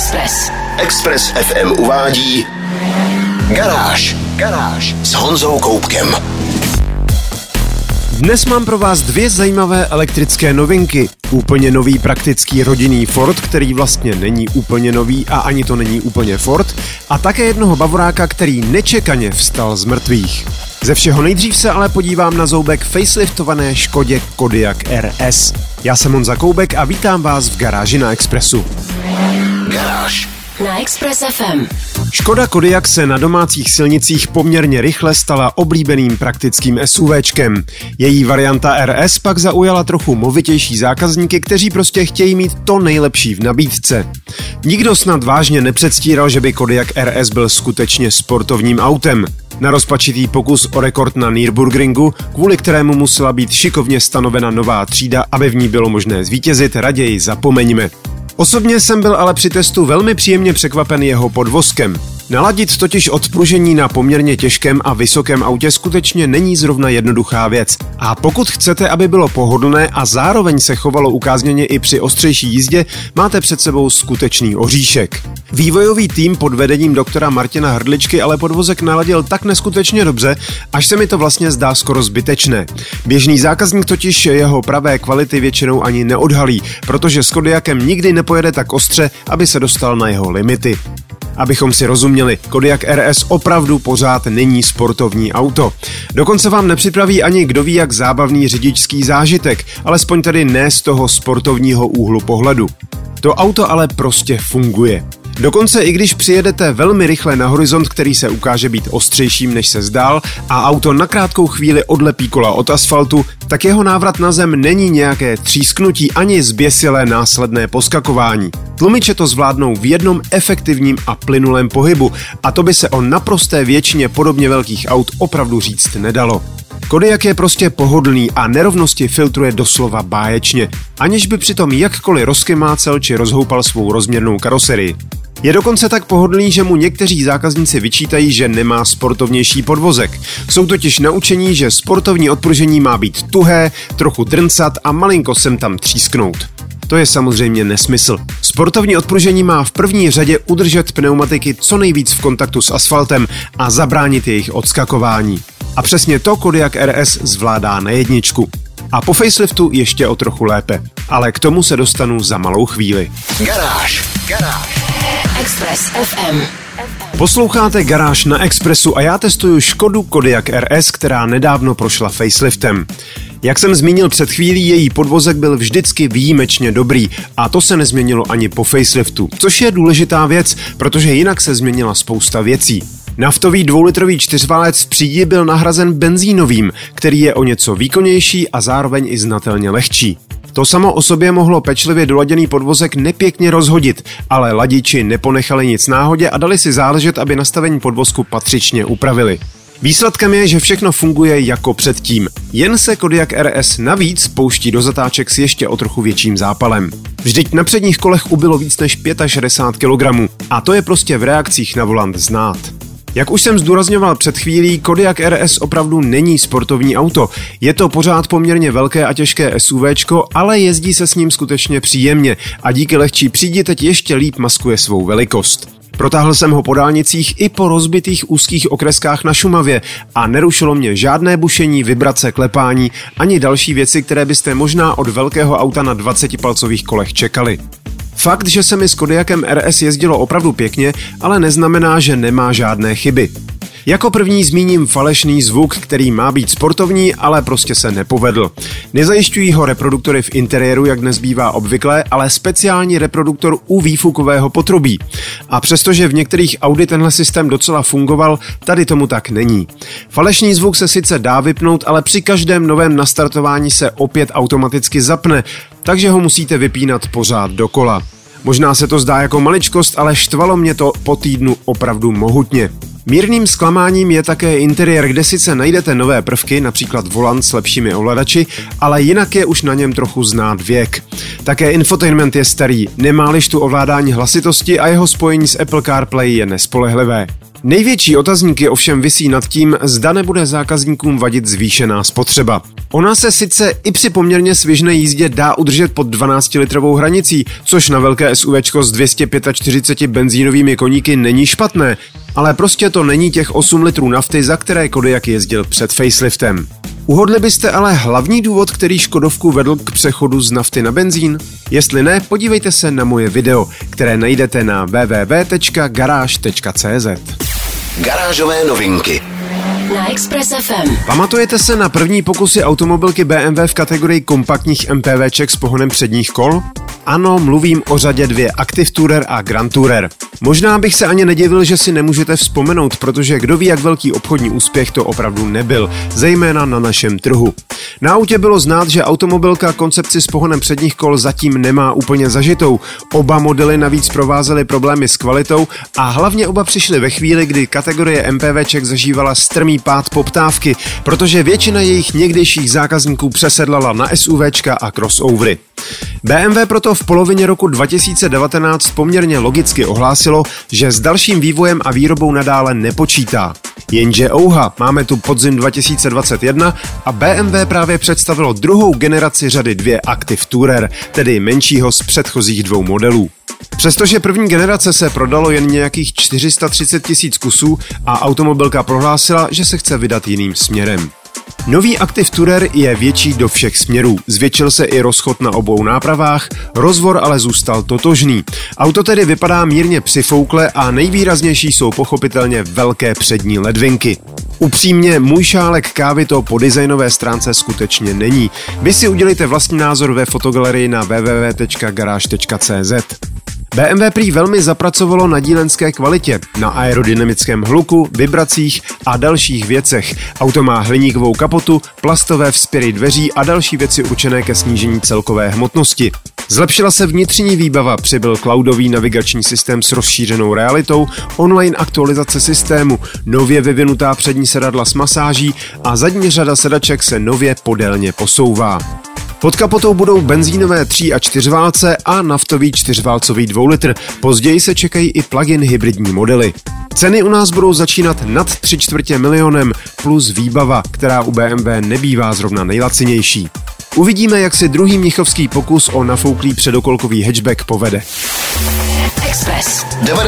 Express. Express FM uvádí Garáž s Honzou Koubkem. Dnes mám pro vás 2 zajímavé elektrické novinky. Úplně nový praktický rodinný Ford, který vlastně není úplně nový a ani to není úplně Ford, a také jednoho bavoráka, který nečekaně vstal z mrtvých. Ze všeho nejdřív se ale podívám na zoubek faceliftované Škodě Kodiaq RS. Já jsem Honza Koubek a vítám vás v Garáži na Expressu. Garáž Na Express FM. Škoda Kodiaq se na domácích silnicích poměrně rychle stala oblíbeným praktickým SUVčkem. Její varianta RS pak zaujala trochu movitější zákazníky, kteří prostě chtějí mít to nejlepší v nabídce. Nikdo snad vážně nepředstíral, že by Kodiaq RS byl skutečně sportovním autem. Na rozpačitý pokus o rekord na Nürburgringu, kvůli kterému musela být šikovně stanovena nová třída, aby v ní bylo možné zvítězit, raději zapomeňme. Osobně jsem byl ale při testu velmi příjemně překvapen jeho podvozkem. Naladit totiž odpružení na poměrně těžkém a vysokém autě skutečně není zrovna jednoduchá věc. A pokud chcete, aby bylo pohodlné a zároveň se chovalo ukázněně i při ostřejší jízdě, máte před sebou skutečný oříšek. Vývojový tým pod vedením doktora Martina Hrdličky ale podvozek naladil tak neskutečně dobře, až se mi to vlastně zdá skoro zbytečné. Běžný zákazník totiž jeho pravé kvality většinou ani neodhalí, protože s Kodiaqem nikdy nepojede tak ostře, aby se dostal na jeho limity. Abychom si rozuměli, Kodiaq RS opravdu pořád není sportovní auto. Dokonce vám nepřipraví ani kdo ví jak zábavný řidičský zážitek, alespoň tedy ne z toho sportovního úhlu pohledu. To auto ale prostě funguje. Dokonce i když přijedete velmi rychle na horizont, který se ukáže být ostřejším, než se zdál, a auto na krátkou chvíli odlepí kola od asfaltu, tak jeho návrat na zem není nějaké třísknutí ani zběsilé následné poskakování. Tlumiče to zvládnou v jednom efektivním a plynulém pohybu, a to by se o naprosté většině podobně velkých aut opravdu říct nedalo. Kodiaq je prostě pohodlný a nerovnosti filtruje doslova báječně, aniž by přitom jakkoliv rozkymácel či rozhoupal svou rozměrnou karoserii. Je dokonce tak pohodlný, že mu někteří zákazníci vyčítají, že nemá sportovnější podvozek. Jsou totiž naučení, že sportovní odpružení má být tuhé, trochu drncat a malinko sem tam třísknout. To je samozřejmě nesmysl. Sportovní odpružení má v první řadě udržet pneumatiky co nejvíc v kontaktu s asfaltem a zabránit jejich odskakování. A přesně to Kodiaq RS zvládá na jedničku. A po faceliftu ještě o trochu lépe. Ale k tomu se dostanu za malou chvíli. Garáž Express FM. Posloucháte Garáž na Expressu a já testuju Škodu Kodiaq RS, která nedávno prošla faceliftem. Jak jsem zmínil před chvílí, její podvozek byl vždycky výjimečně dobrý a to se nezměnilo ani po faceliftu, což je důležitá věc, protože jinak se změnila spousta věcí. Naftový 2litrový čtyřválec v přídi byl nahrazen benzínovým, který je o něco výkonnější a zároveň i znatelně lehčí. To samo o sobě mohlo pečlivě doladěný podvozek nepěkně rozhodit, ale ladiči neponechali nic náhodě a dali si záležet, aby nastavení podvozku patřičně upravili. Výsledkem je, že všechno funguje jako předtím, jen se Kodiaq RS navíc pouští do zatáček s ještě o trochu větším zápalem. Vždyť na předních kolech ubylo víc než 65 kg a to je prostě v reakcích na volant znát. Jak už jsem zdůrazňoval před chvílí, Kodiaq RS opravdu není sportovní auto. Je to pořád poměrně velké a těžké SUVčko, ale jezdí se s ním skutečně příjemně a díky lehčí přídi teď ještě líp maskuje svou velikost. Protáhl jsem ho po dálnicích i po rozbitých úzkých okreskách na Šumavě a nerušilo mě žádné bušení, vibrace, klepání ani další věci, které byste možná od velkého auta na 20-palcových kolech čekali. Fakt, že se mi s Kodiaqem RS jezdilo opravdu pěkně, ale neznamená, že nemá žádné chyby. Jako první zmíním falešný zvuk, který má být sportovní, ale prostě se nepovedl. Nezajišťují ho reproduktory v interiéru, jak dnes bývá obvyklé, ale speciální reproduktor u výfukového potrubí. A přestože v některých Audi tenhle systém docela fungoval, tady tomu tak není. Falešný zvuk se sice dá vypnout, ale při každém novém nastartování se opět automaticky zapne, takže ho musíte vypínat pořád dokola. Možná se to zdá jako maličkost, ale štvalo mě to po týdnu opravdu mohutně. Mírným zklamáním je také interiér, kde sice najdete nové prvky, například volant s lepšími ovladači, ale jinak je už na něm trochu znát věk. Také infotainment je starý, nemá lištu ovládání hlasitosti a jeho spojení s Apple CarPlay je nespolehlivé. Největší otazníky ovšem visí nad tím, zda nebude zákazníkům vadit zvýšená spotřeba. Ona se sice i při poměrně svižné jízdě dá udržet pod 12-litrovou hranicí, což na velké SUVčko s 245 benzínovými koníky není špatné, ale prostě to není těch 8 litrů nafty, za které Kodiaq jezdil před faceliftem. Uhodli byste ale hlavní důvod, který Škodovku vedl k přechodu z nafty na benzín? Jestli ne, podívejte se na moje video, které najdete na www.garage.cz. Garážové novinky Na Express FM. Pamatujete se na první pokusy automobilky BMW v kategorii kompaktních MPVček s pohonem předních kol? Ano, mluvím o řadě 2, Active Tourer a Grand Tourer. Možná bych se ani nedivil, že si nemůžete vzpomenout, protože kdo ví, jak velký obchodní úspěch to opravdu nebyl, zejména na našem trhu. Na autě bylo znát, že automobilka koncepci s pohonem předních kol zatím nemá úplně zažitou. Oba modely navíc provázely problémy s kvalitou a hlavně oba přišly ve chvíli, kdy kategorie MPVček zažívala strmý pád poptávky, protože většina jejich někdejších zákazníků přesedlala na SUVčka a crossovery. BMW proto v polovině roku 2019 poměrně logicky ohlásilo, že s dalším vývojem a výrobou nadále nepočítá. Jenže ouha, máme tu podzim 2021 a BMW právě představilo druhou generaci řady 2 Active Tourer, tedy menšího z předchozích 2 modelů. Přestože první generace se prodalo jen nějakých 430 000 kusů a automobilka prohlásila, že se chce vydat jiným směrem. Nový Active Tourer je větší do všech směrů, zvětšil se i rozchod na obou nápravách, rozvor ale zůstal totožný. Auto tedy vypadá mírně přifoukle a nejvýraznější jsou pochopitelně velké přední ledvinky. Upřímně, můj šálek kávy to po designové stránce skutečně není. Vy si udělejte vlastní názor ve fotogalerii na www.garage.cz. BMW prý velmi zapracovalo na dílenské kvalitě, na aerodynamickém hluku, vibracích a dalších věcech. Auto má hliníkovou kapotu, plastové vzpěry dveří a další věci určené ke snížení celkové hmotnosti. Zlepšila se vnitřní výbava, přibyl cloudový navigační systém s rozšířenou realitou, online aktualizace systému, nově vyvinutá přední sedadla s masáží a zadní řada sedaček se nově podélně posouvá. Pod kapotou budou benzínové 3 a 4 válce a naftový 4válcový 2 litr. Později se čekají i plug-in hybridní modely. Ceny u nás budou začínat nad 3/4 milionem plus výbava, která u BMW nebývá zrovna nejlacinější. Uvidíme, jak si druhý mnichovský pokus o nafouklý předokolkový hatchback povede. Express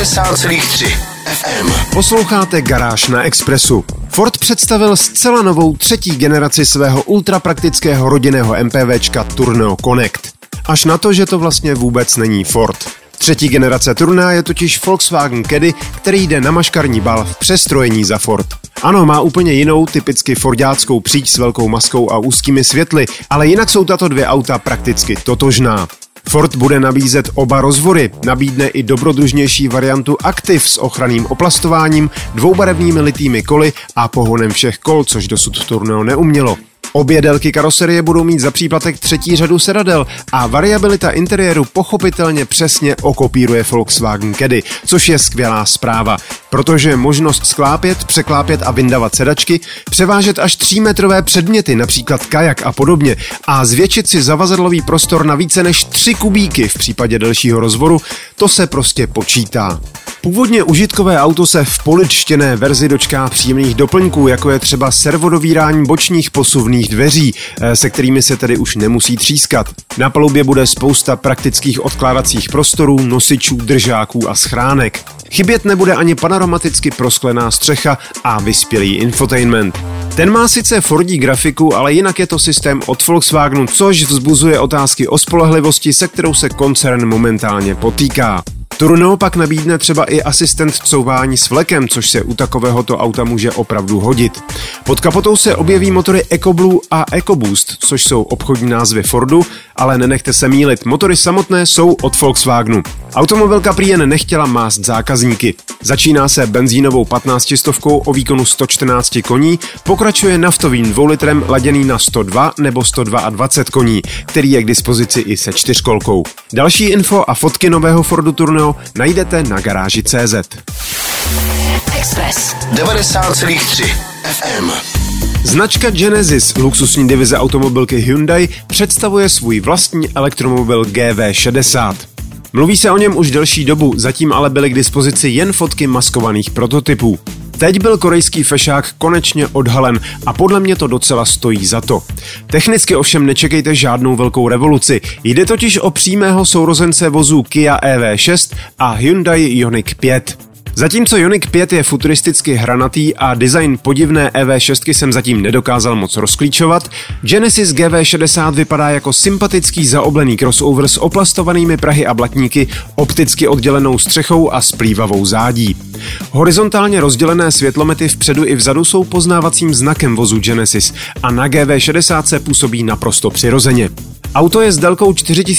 90,3 FM. Posloucháte Garáž na Expressu. Ford představil zcela novou 3. generaci svého ultrapraktického rodinného MPVčka Tourneo Connect. Až na to, že to vlastně vůbec není Ford. 3. generace Tournea je totiž Volkswagen Caddy, který jde na maškarní bal v přestrojení za Ford. Ano, má úplně jinou, typicky fordáckou příč s velkou maskou a úzkými světly, ale jinak jsou tato 2 auta prakticky totožná. Ford bude nabízet oba rozvory, nabídne i dobrodružnější variantu Active s ochranným oplastováním, dvoubarevnými litými koly a pohonem všech kol, což dosud Tourneo neumělo. Obě délky karoserie budou mít za příplatek 3. řadu sedadel a variabilita interiéru pochopitelně přesně okopíruje Volkswagen Caddy, což je skvělá zpráva, protože možnost sklápět, překlápět a vyndavat sedačky, převážet až 3metrové předměty, například kajak a podobně, a zvětšit si zavazadlový prostor na více než 3 kubíky v případě delšího rozvoru, to se prostě počítá. Původně užitkové auto se v poličtěné verzi dočká příjemných doplňků, jako je třeba servodovírání bočních posuvných dveří, se kterými se tedy už nemusí třískat. Na palubě bude spousta praktických odkládacích prostorů, nosičů, držáků a schránek. Chybět nebude ani panoramaticky prosklená střecha a vyspělý infotainment. Ten má sice Fordí grafiku, ale jinak je to systém od Volkswagenu, což vzbuzuje otázky o spolehlivosti, se kterou se koncern momentálně potýká. Tourneo pak nabídne třeba i asistent couvání s vlekem, což se u takovéhoto auta může opravdu hodit. Pod kapotou se objeví motory EcoBlue a EcoBoost, což jsou obchodní názvy Fordu, ale nenechte se mýlit, motory samotné jsou od Volkswagenu. Automobilka prý jen nechtěla mást zákazníky. Začíná se benzínovou 1500 o výkonu 114 koní, pokračuje naftovým 2 litrem laděný na 102 nebo 122 koní, který je k dispozici i se 4kolkou. Další info a fotky nového Fordu Tourneo najdete na garáži.cz. Express 90,3 FM. Značka Genesis, luxusní divize automobilky Hyundai, představuje svůj vlastní elektromobil GV60. Mluví se o něm už delší dobu, zatím ale byly k dispozici jen fotky maskovaných prototypů. Teď byl korejský fešák konečně odhalen a podle mě to docela stojí za to. Technicky ovšem nečekejte žádnou velkou revoluci, jde totiž o přímého sourozence vozů Kia EV6 a Hyundai Ioniq 5. Zatímco Ioniq 5 je futuristicky hranatý a design podivné EV6 jsem zatím nedokázal moc rozklíčovat, Genesis GV60 vypadá jako sympatický zaoblený crossover s oplastovanými prahy a blatníky, opticky oddělenou střechou a splývavou zádí. Horizontálně rozdělené světlomety vpředu i vzadu jsou poznávacím znakem vozu Genesis a na GV60 se působí naprosto přirozeně. Auto je s délkou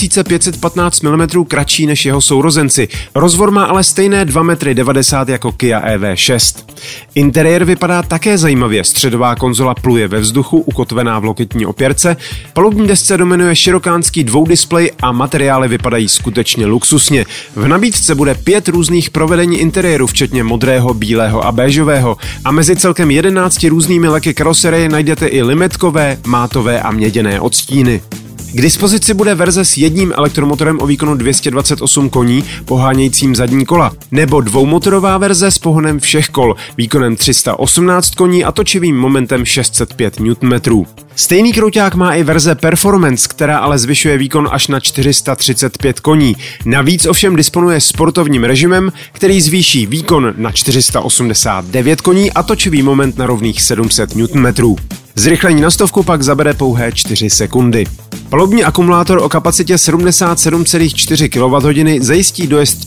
4515 mm kratší než jeho sourozenci, rozvor má ale stejné 2,90 m jako Kia EV6. Interiér vypadá také zajímavě, středová konzola pluje ve vzduchu, ukotvená v loketní opěrce, palubní desce dominuje širokánský dvoudisplej a materiály vypadají skutečně luxusně. V nabídce bude 5 různých provedení interiéru, včetně modrého, bílého a béžového, a mezi celkem 11 různými leky karoserie najdete i limetkové, mátové a měděné odstíny. K dispozici bude verze s jedním elektromotorem o výkonu 228 koní pohánějícím zadní kola, nebo dvoumotorová verze s pohonem všech kol, výkonem 318 koní a točivým momentem 605 Nm. Stejný krouťák má i verze Performance, která ale zvyšuje výkon až na 435 koní. Navíc ovšem disponuje sportovním režimem, který zvýší výkon na 489 koní a točivý moment na rovných 700 Nm. Zrychlení na 100 pak zabere pouhé 4 sekundy. Palubní akumulátor o kapacitě 77,4 kWh zajistí dojezd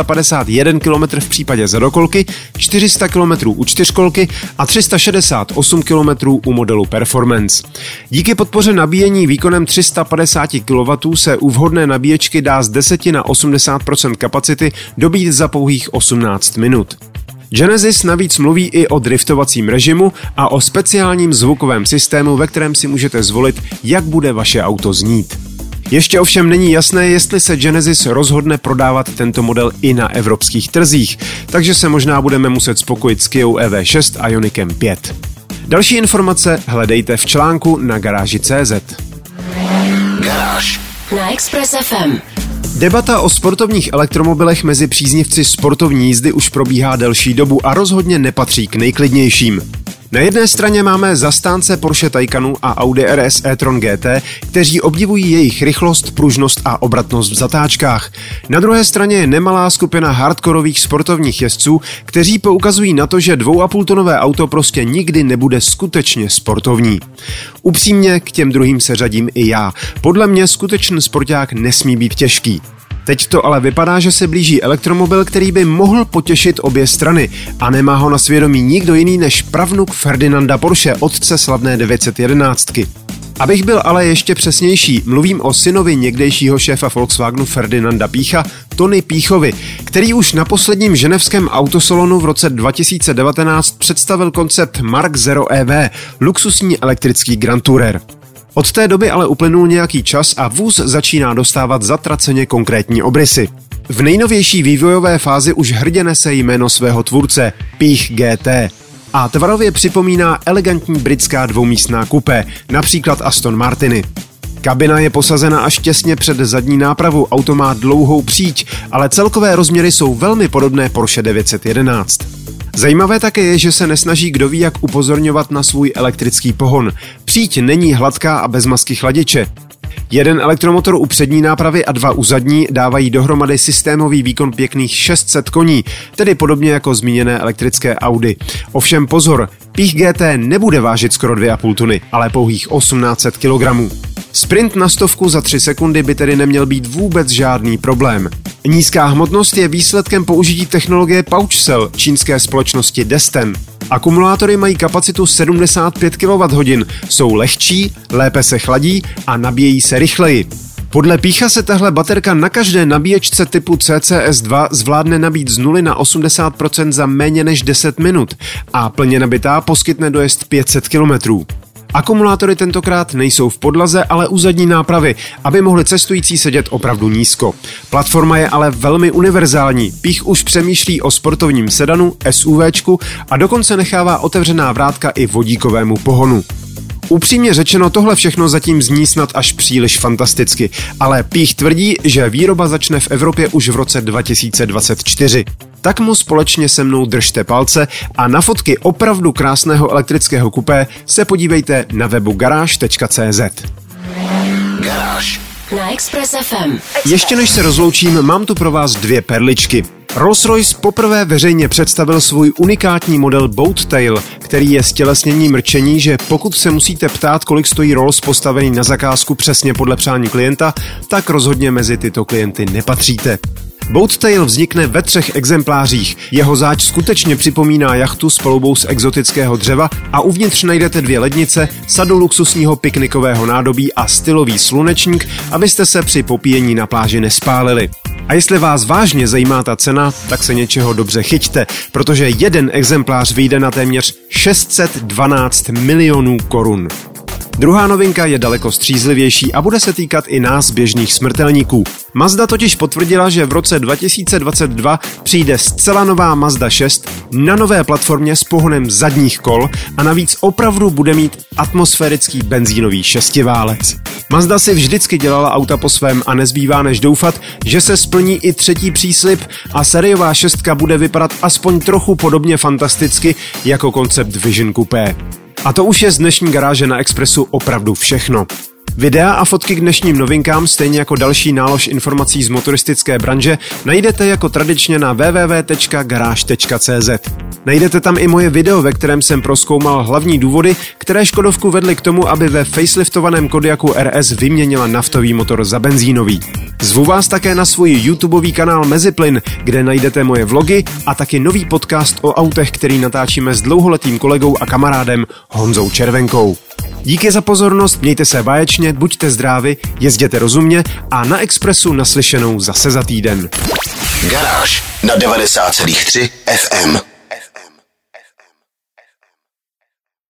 451 km v případě zadokolky, 400 km u čtyřkolky a 368 km u modelu Performance. Díky podpoře nabíjení výkonem 350 kW se u vhodné nabíječky dá z 10 na 80% kapacity dobít za pouhých 18 minut. Genesis navíc mluví i o driftovacím režimu a o speciálním zvukovém systému, ve kterém si můžete zvolit, jak bude vaše auto znít. Ještě ovšem není jasné, jestli se Genesis rozhodne prodávat tento model i na evropských trzích, takže se možná budeme muset spokojit s Kiou EV6 a Ioniqem 5. Další informace hledejte v článku na garáži.cz. Garáž Na Express FM. Debata o sportovních elektromobilech mezi příznivci sportovní jízdy už probíhá delší dobu a rozhodně nepatří k nejklidnějším. Na jedné straně máme zastánce Porsche Taycanu a Audi RS e-tron GT, kteří obdivují jejich rychlost, pružnost a obratnost v zatáčkách. Na druhé straně je nemalá skupina hardkorových sportovních jezdců, kteří poukazují na to, že 2,5-tonové auto prostě nikdy nebude skutečně sportovní. Upřímně k těm druhým se řadím i já. Podle mě skutečný sporták nesmí být těžký. Teď to ale vypadá, že se blíží elektromobil, který by mohl potěšit obě strany a nemá ho na svědomí nikdo jiný než pravnuk Ferdinanda Porsche, otce slavné 911. Abych byl ale ještě přesnější, mluvím o synovi někdejšího šéfa Volkswagenu Ferdinanda Piecha, Tony Piechovi, který už na posledním ženevském autosalonu v roce 2019 představil koncept Mark Zero EV, luxusní elektrický Grand Tourer. Od té doby ale uplynul nějaký čas a vůz začíná dostávat zatraceně konkrétní obrysy. V nejnovější vývojové fázi už hrdě nese jméno svého tvůrce Piech GT a tvarově připomíná elegantní britská dvoumístná kupé, například Aston Martiny. Kabina je posazena až těsně před zadní nápravu, auto má dlouhou příď, ale celkové rozměry jsou velmi podobné Porsche 911. Zajímavé také je, že se nesnaží kdo ví jak upozorňovat na svůj elektrický pohon. Příď není hladká a bez masky chladiče. Jeden elektromotor u přední nápravy a 2 u zadní dávají dohromady systémový výkon pěkných 600 koní, tedy podobně jako zmíněné elektrické Audi. Ovšem pozor, Piech GT nebude vážit skoro 2,5 tuny, ale pouhých 1800 kg. Sprint na 100 za 3 sekundy by tedy neměl být vůbec žádný problém. Nízká hmotnost je výsledkem použití technologie Pouch Cell čínské společnosti Destem. Akumulátory mají kapacitu 75 kWh, jsou lehčí, lépe se chladí a nabíjejí se rychleji. Podle Piecha se tahle baterka na každé nabíječce typu CCS2 zvládne nabít z 0 na 80% za méně než 10 minut a plně nabitá poskytne dojezd 500 km. Akumulátory tentokrát nejsou v podlaze, ale u zadní nápravy, aby mohli cestující sedět opravdu nízko. Platforma je ale velmi univerzální. Piech už přemýšlí o sportovním sedanu, SUVčku a dokonce nechává otevřená vrátka i vodíkovému pohonu. Upřímně řečeno, tohle všechno zatím zní snad až příliš fantasticky, ale Pích tvrdí, že výroba začne v Evropě už v roce 2024. Tak mu společně se mnou držte palce a na fotky opravdu krásného elektrického kupé se podívejte na webu garáž.cz. Garáž Na Express FM. Ještě než se rozloučím, mám tu pro vás 2 perličky. Rolls-Royce poprvé veřejně představil svůj unikátní model Boattail, který je stělesněním rčení, že pokud se musíte ptát, kolik stojí Rolls postavený na zakázku přesně podle přání klienta, tak rozhodně mezi tyto klienty nepatříte. Boattail vznikne ve 3 exemplářích. Jeho záď skutečně připomíná jachtu s palubou z exotického dřeva a uvnitř najdete 2 lednice, sadu luxusního piknikového nádobí a stylový slunečník, abyste se při popíjení na pláži nespálili. A jestli vás vážně zajímá ta cena, tak se něčeho dobře chyťte, protože jeden exemplář vyjde na téměř 612 milionů korun. Druhá novinka je daleko střízlivější a bude se týkat i nás běžných smrtelníků. Mazda totiž potvrdila, že v roce 2022 přijde zcela nová Mazda 6 na nové platformě s pohonem zadních kol a navíc opravdu bude mít atmosférický benzínový šestiválec. Mazda si vždycky dělala auta po svém a nezbývá než doufat, že se splní i 3. příslib a sériová 6 bude vypadat aspoň trochu podobně fantasticky jako koncept Vision Coupé. A to už je z dnešní garáže na Expressu opravdu všechno. Videa a fotky k dnešním novinkám, stejně jako další nálož informací z motoristické branže, najdete jako tradičně na www.garage.cz. Najdete tam i moje video, ve kterém jsem prozkoumal hlavní důvody, které Škodovku vedly k tomu, aby ve faceliftovaném Kodiaqu RS vyměnila naftový motor za benzínový. Zvu vás také na svůj YouTubeový kanál Meziplyn, kde najdete moje vlogy a taky nový podcast o autech, který natáčíme s dlouholetým kolegou a kamarádem Honzou Červenkou. Díky za pozornost, mějte se báječně, buďte zdraví, jezděte rozumně a na Expressu naslyšenou zase za týden. Garáž na 90,3 FM.